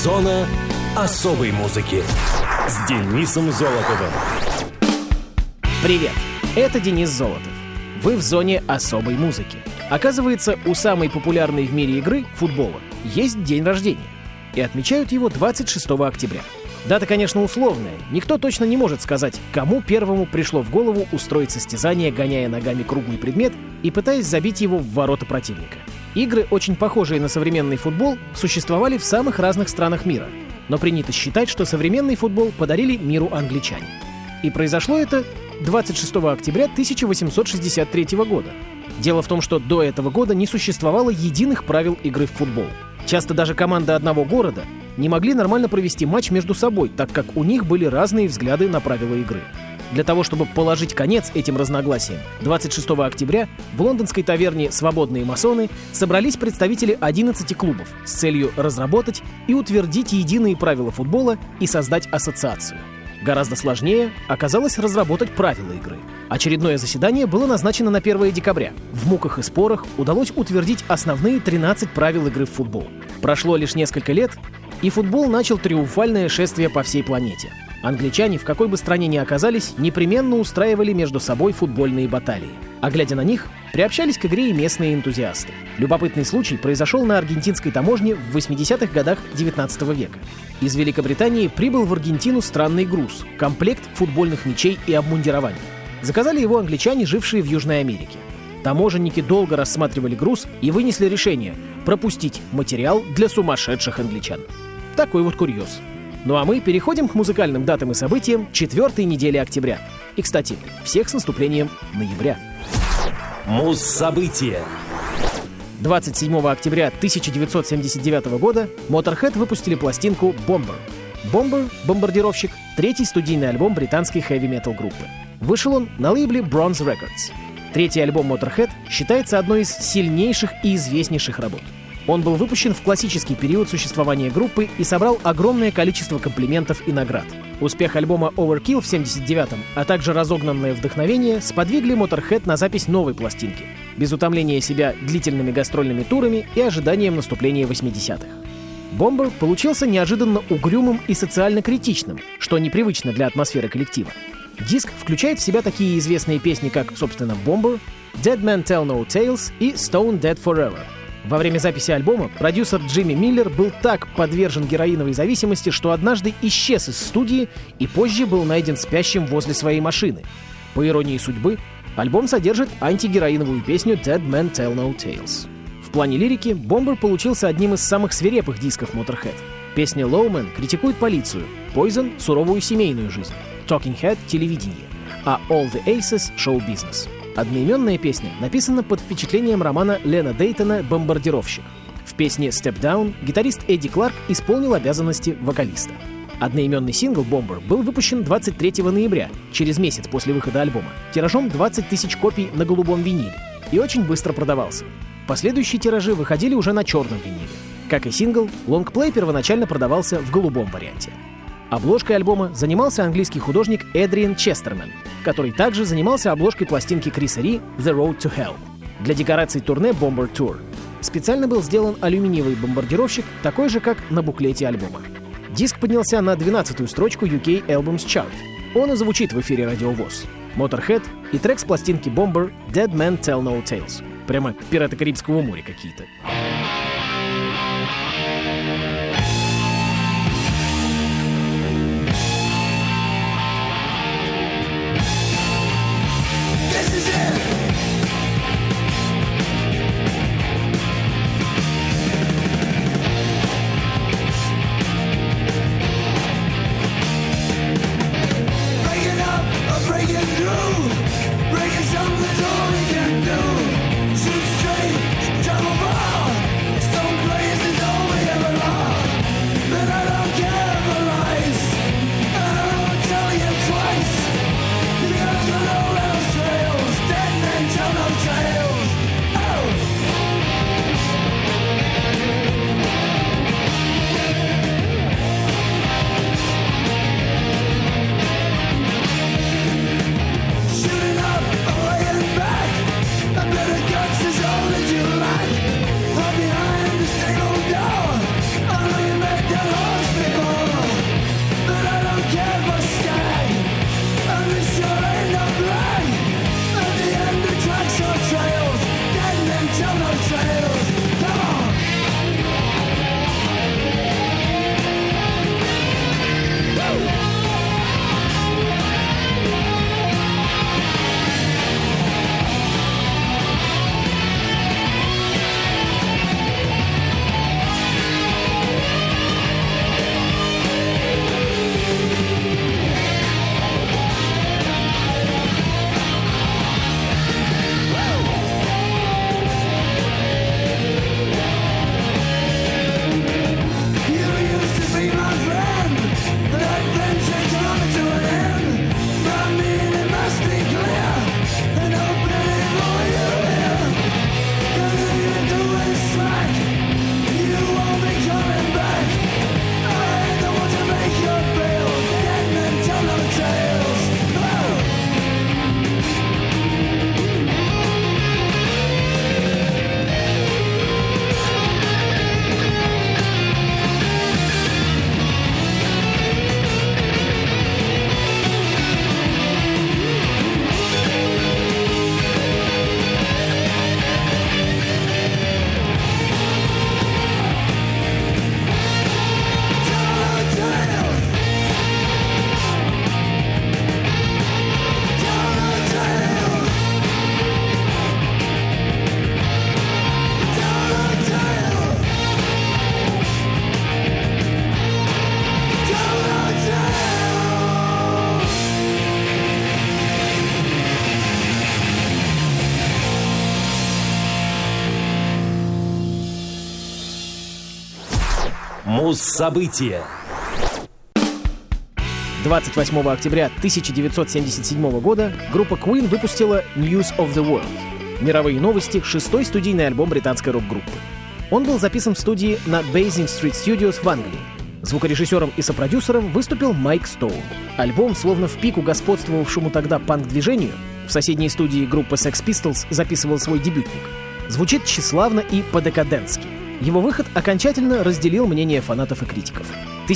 Зона особой музыки с Денисом Золотовым. Привет, это Денис Золотов. Вы в зоне особой музыки. Оказывается, у самой популярной в мире игры, футбола, есть день рождения. И отмечают его 26 октября. Дата, конечно, условная. Никто точно не может сказать, кому первому пришло в голову устроить состязание, гоняя ногами круглый предмет и пытаясь забить его в ворота противника. Игры, очень похожие на современный футбол, существовали в самых разных странах мира. Но принято считать, что современный футбол подарили миру англичане. И произошло это 26 октября 1863 года. Дело в том, что до этого года не существовало единых правил игры в футбол. Часто даже команды одного города не могли нормально провести матч между собой, так как у них были разные взгляды на правила игры. Для того, чтобы положить конец этим разногласиям, 26 октября в лондонской таверне «Свободные масоны» собрались представители 11 клубов с целью разработать и утвердить единые правила футбола и создать ассоциацию. Гораздо сложнее оказалось разработать правила игры. Очередное заседание было назначено на 1 декабря. В муках и спорах удалось утвердить основные 13 правил игры в футбол. Прошло лишь несколько лет, и футбол начал триумфальное шествие по всей планете. Англичане, в какой бы стране ни оказались, непременно устраивали между собой футбольные баталии. А глядя на них, приобщались к игре и местные энтузиасты. Любопытный случай произошел на аргентинской таможне в 80-х годах 19 века. Из Великобритании прибыл в Аргентину странный груз – комплект футбольных мячей и обмундирования. Заказали его англичане, жившие в Южной Америке. Таможенники долго рассматривали груз и вынесли решение – пропустить материал для сумасшедших англичан. Такой вот курьез. Ну а мы переходим к музыкальным датам и событиям 4-й недели октября. И, кстати, всех с наступлением ноября. Муз-события. 27 октября 1979 года Motorhead выпустили пластинку «Bomber». «Bomber» — «Бомбардировщик» — третий студийный альбом британской хэви-метал группы. Вышел он на лейбле Bronze Records. Третий альбом Motorhead считается одной из сильнейших и известнейших работ. Он был выпущен в классический период существования группы и собрал огромное количество комплиментов и наград. Успех альбома Overkill в 79-м, а также разогнанное вдохновение сподвигли Motorhead на запись новой пластинки, без утомления себя длительными гастрольными турами и ожиданием наступления 80-х. «Bomber» получился неожиданно угрюмым и социально критичным, что непривычно для атмосферы коллектива. Диск включает в себя такие известные песни, как, собственно, «Bomber», «Dead Men Tell No Tales» и «Stone Dead Forever». Во время записи альбома продюсер Джимми Миллер был так подвержен героиновой зависимости, что однажды исчез из студии и позже был найден спящим возле своей машины. По иронии судьбы, альбом содержит антигероиновую песню «Dead Men Tell No Tales». В плане лирики «Bomber» получился одним из самых свирепых дисков Motorhead. Песня «Low Man» критикует полицию, «Poison» — суровую семейную жизнь, «Talking Head» — телевидение, а «All the Aces» — шоу-бизнес. Одноименная песня написана под впечатлением романа Лена Дейтона «Бомбардировщик». В песне «Step Down» гитарист Эдди Кларк исполнил обязанности вокалиста. Одноименный сингл «Bomber» был выпущен 23 ноября, через месяц после выхода альбома, тиражом 20 тысяч копий на голубом виниле, и очень быстро продавался. Последующие тиражи выходили уже на черном виниле. Как и сингл, лонгплей первоначально продавался в голубом варианте. Обложкой альбома занимался английский художник Эдриан Честермен, который также занимался обложкой пластинки Криса Ри «The Road to Hell». Для декораций турне «Bomber Tour» специально был сделан алюминиевый бомбардировщик, такой же, как на буклете альбома. Диск поднялся на 12-ю строчку UK Albums Chart. Он и звучит в эфире Радио ВОС. Motorhead и трек с пластинки «Bomber» «Dead Men Tell No Tales». Прямо пираты Карибского моря какие-то. Breaking something's all we can do. Shoot straight, double ball. Муз-события. 28 октября 1977 года группа Queen выпустила News of the World — мировые новости, 6-й студийный альбом британской рок-группы. Он был записан в студии на Basing Street Studios в Англии. Звукорежиссером и сопродюсером выступил Майк Стоун. Альбом, словно в пику господствовавшему тогда панк-движению, в соседней студии группы Sex Pistols записывал свой дебютник, звучит тщеславно и по-декадентски. Его выход окончательно разделил мнение фанатов и критиков.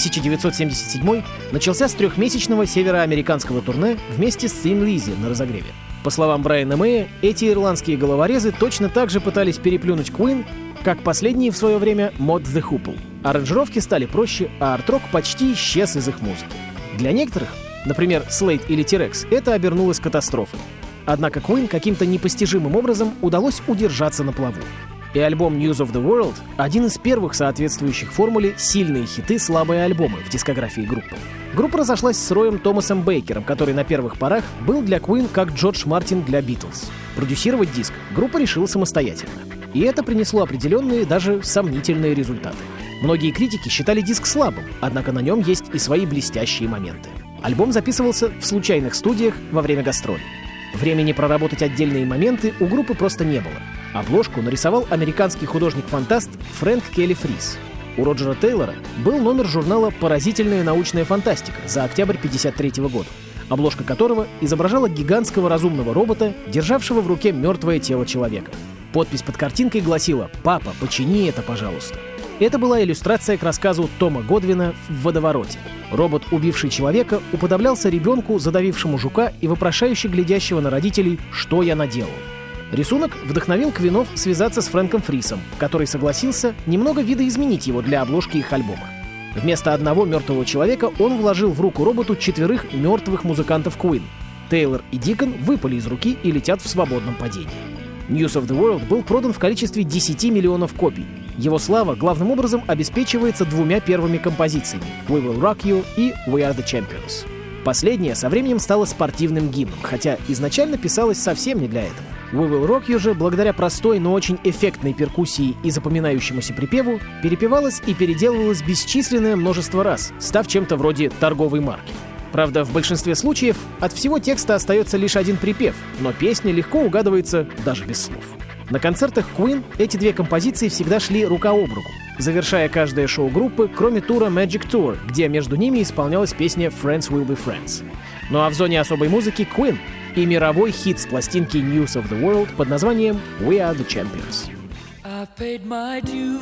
1977 начался с трехмесячного североамериканского турне вместе с Thin Lizzy на разогреве. По словам Брайана Мэя, эти ирландские головорезы точно так же пытались переплюнуть Queen, как последние в свое время Mod the Hoople. Аранжировки стали проще, а арт-рок почти исчез из их музыки. Для некоторых, например, Slade или T-Rex, это обернулось катастрофой. Однако Queen каким-то непостижимым образом удалось удержаться на плаву. И альбом News of the World — один из первых соответствующих формуле «сильные хиты, слабые альбомы» в дискографии группы. Группа разошлась с Роем Томасом Бейкером, который на первых порах был для Queen как Джордж Мартин для Beatles. Продюсировать диск группа решила самостоятельно. И это принесло определенные, даже сомнительные результаты. Многие критики считали диск слабым, однако на нем есть и свои блестящие моменты. Альбом записывался в случайных студиях во время гастролей. Времени проработать отдельные моменты у группы просто не было. Обложку нарисовал американский художник-фантаст Фрэнк Келли Фрис. У Роджера Тейлора был номер журнала «Поразительная научная фантастика» за октябрь 1953 года, обложка которого изображала гигантского разумного робота, державшего в руке мертвое тело человека. Подпись под картинкой гласила: «Папа, почини это, пожалуйста». Это была иллюстрация к рассказу Тома Годвина «В водовороте». Робот, убивший человека, уподоблялся ребенку, задавившему жука и вопрошающе глядящего на родителей: «Что я наделал?». Рисунок вдохновил Квинов связаться с Фрэнком Фрисом, который согласился немного видоизменить его для обложки их альбома. Вместо одного мертвого человека он вложил в руку роботу 4 мертвых музыкантов Queen. Тейлор и Дикон выпали из руки и летят в свободном падении. News of the World был продан в количестве 10 миллионов копий. Его слава главным образом обеспечивается 2 первыми композициями — «We Will Rock You» и «We Are the Champions». Последняя со временем стала спортивным гимном, хотя изначально писалась совсем не для этого. «We Will Rock You» же, благодаря простой, но очень эффектной перкуссии и запоминающемуся припеву, перепевалась и переделывалась бесчисленное множество раз, став чем-то вроде торговой марки. Правда, в большинстве случаев от всего текста остается лишь один припев, но песня легко угадывается даже без слов. На концертах Queen эти 2 композиции всегда шли рука об руку, завершая каждое шоу группы, кроме тура Magic Tour, где между ними исполнялась песня «Friends Will Be Friends». Ну а в зоне особой музыки Queen и мировой хит с пластинки News of the World под названием «We Are the Champions». I've paid my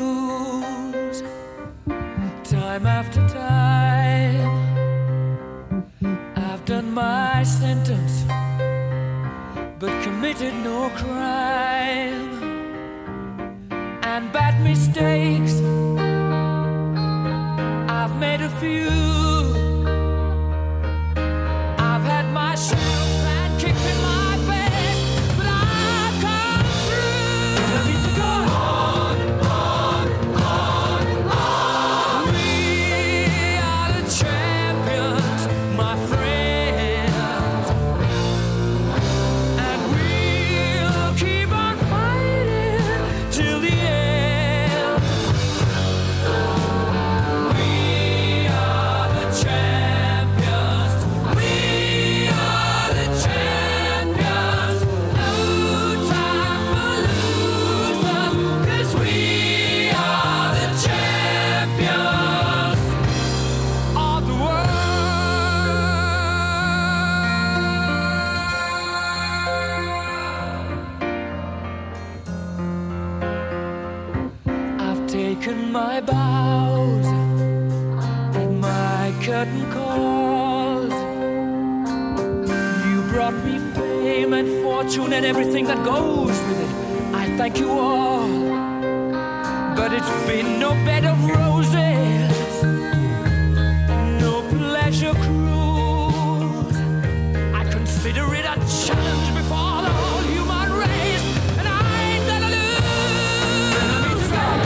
dues, time after time. I've done my sentence, but committed no crime. And bad mistakes, I've made a few. I've had my share of bad kicks in my face, but I've come through. I need to go on. We are the champions, my friends, and we'll keep on fighting till the end. We are the champions. We are the champions. No time for losers, 'cause we are the champions of the world. I've taken my bows at my curtain calls. You brought me fame and fortune and everything that goes with it. I thank you all, but it's been no bed of roses, no pleasure cruise. I consider it a challenge before the whole human race, and I ain't gonna lose.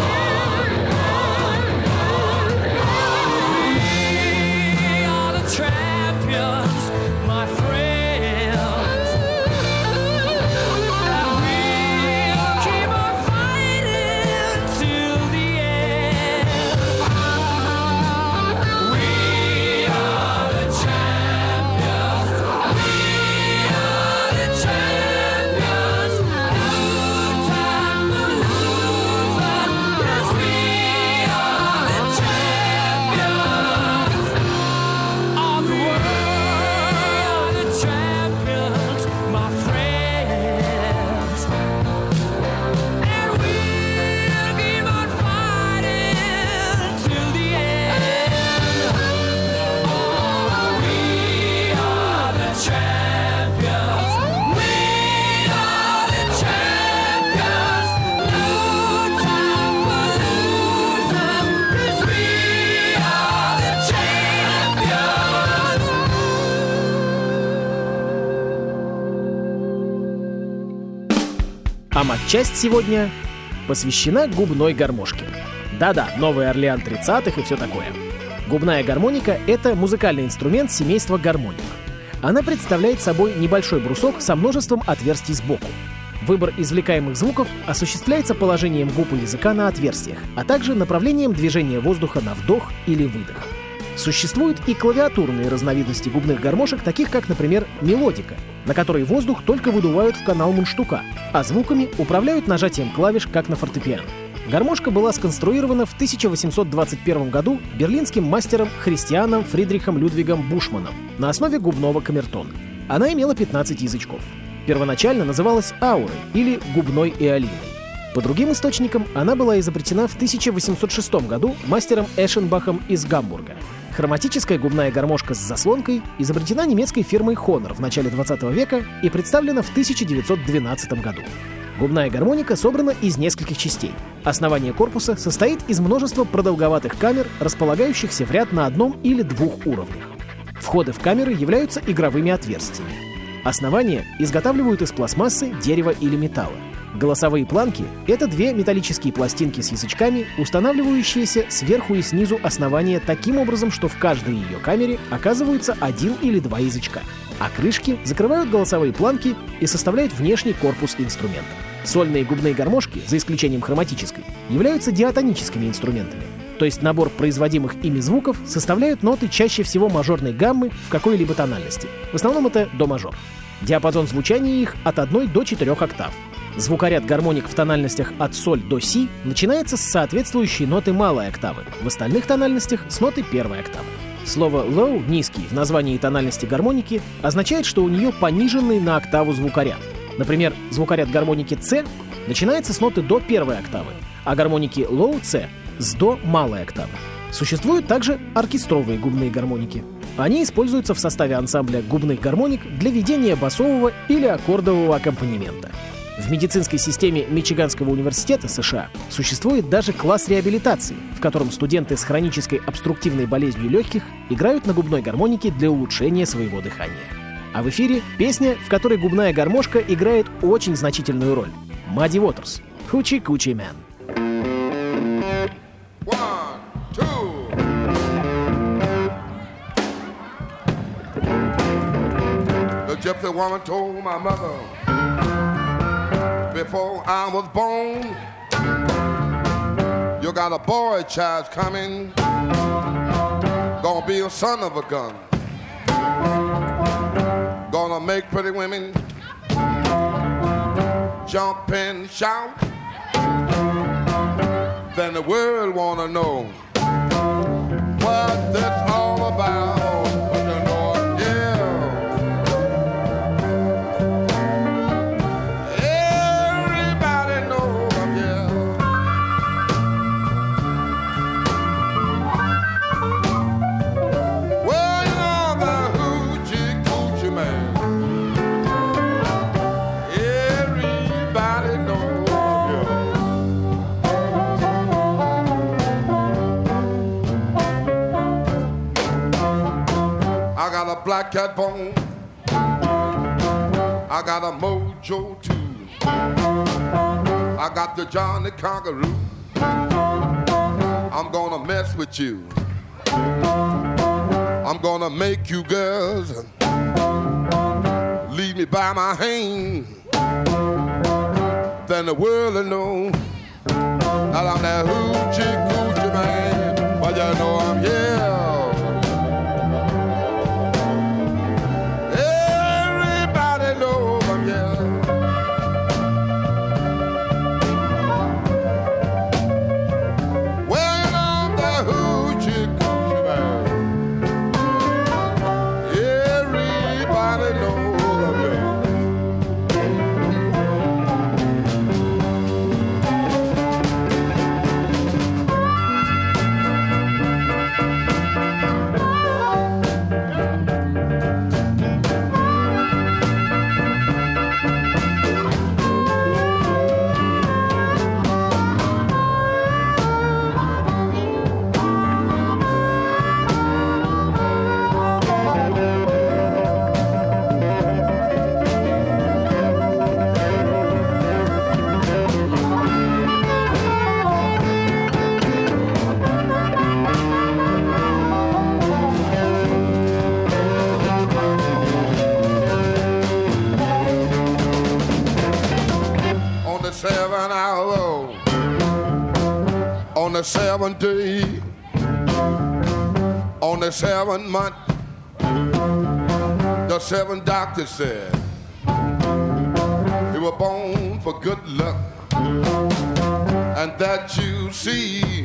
We are the champions, my friends, and we'll keep on fighting till the end. А матчасть сегодня посвящена губной гармошке. Да-да, Новый Орлеан 30-х и все такое. Губная гармоника — это музыкальный инструмент семейства гармоник. Она представляет собой небольшой брусок со множеством отверстий сбоку. Выбор извлекаемых звуков осуществляется положением губ и языка на отверстиях, а также направлением движения воздуха на вдох или выдох. Существуют и клавиатурные разновидности губных гармошек, таких как, например, мелодика, на которой воздух только выдувают в канал мундштука, а звуками управляют нажатием клавиш, как на фортепиано. Гармошка была сконструирована в 1821 году берлинским мастером Христианом Фридрихом Людвигом Бушманом на основе губного камертона. Она имела 15 язычков. Первоначально называлась аурой или губной эолиной. По другим источникам, она была изобретена в 1806 году мастером Эшенбахом из Гамбурга. Хроматическая губная гармошка с заслонкой изобретена немецкой фирмой Honor в начале 20 века и представлена в 1912 году. Губная гармоника собрана из нескольких частей. Основание корпуса состоит из множества продолговатых камер, располагающихся в ряд на одном или двух уровнях. Входы в камеры являются игровыми отверстиями. Основание изготавливают из пластмассы, дерева или металла. Голосовые планки — это две металлические пластинки с язычками, устанавливающиеся сверху и снизу основания таким образом, что в каждой ее камере оказываются один или два язычка. А крышки закрывают голосовые планки и составляют внешний корпус инструмента. Сольные губные гармошки, за исключением хроматической, являются диатоническими инструментами. То есть набор производимых ими звуков составляют ноты чаще всего мажорной гаммы в какой-либо тональности. В основном это до-мажор. Диапазон звучания их от 1 до 4 октав. Звукоряд гармоник в тональностях от соль до си начинается с соответствующей ноты малой октавы, в остальных тональностях с ноты первой октавы. Слово low, низкий, в названии тональности гармоники означает, что у нее пониженный на октаву звукоряд. Например, звукоряд гармоники C начинается с ноты до первой октавы, а гармоники low C с до малой октавы. Существуют также оркестровые губные гармоники. Они используются в составе ансамбля губных гармоник для ведения басового или аккордового аккомпанемента. В медицинской системе Мичиганского университета США существует даже класс реабилитации, в котором студенты с хронической обструктивной болезнью легких играют на губной гармонике для улучшения своего дыхания. А в эфире песня, в которой губная гармошка играет очень значительную роль. Muddy Waters, Hoochie Coochie Man. The gypsy woman told my mother before I was born, you got a boy child coming, gonna be a son of a gun, gonna make pretty women jump and shout, then the world wanna know what that's all about. Black cat bone, I got a mojo too. I got the Johnny Congaroo. I'm gonna mess with you. I'm gonna make you girls leave me by my hand. Then the world will know that I'm that hoochie coochie man. But you know I'm here. the 7th day, on the 7th month, the 7 doctors said you were born for good luck, and that you see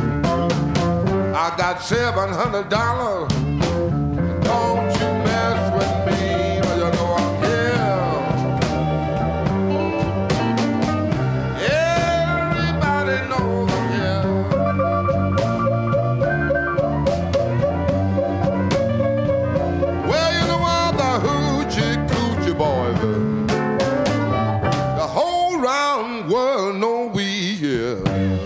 I got $700. Don't you mess with me, but you know I'm here. Everybody knows I'm here. Well, you know I'm the hoochie coochie boys. The whole round world know we here.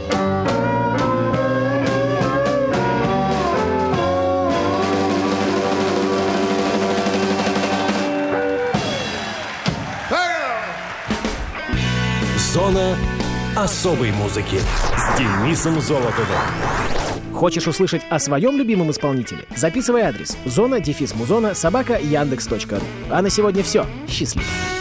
Зона особой музыки с Денисом Золотовым. Хочешь услышать о своем любимом исполнителе? Записывай адрес: zona-muzona@yandex.ru. А на сегодня все. Счастливо.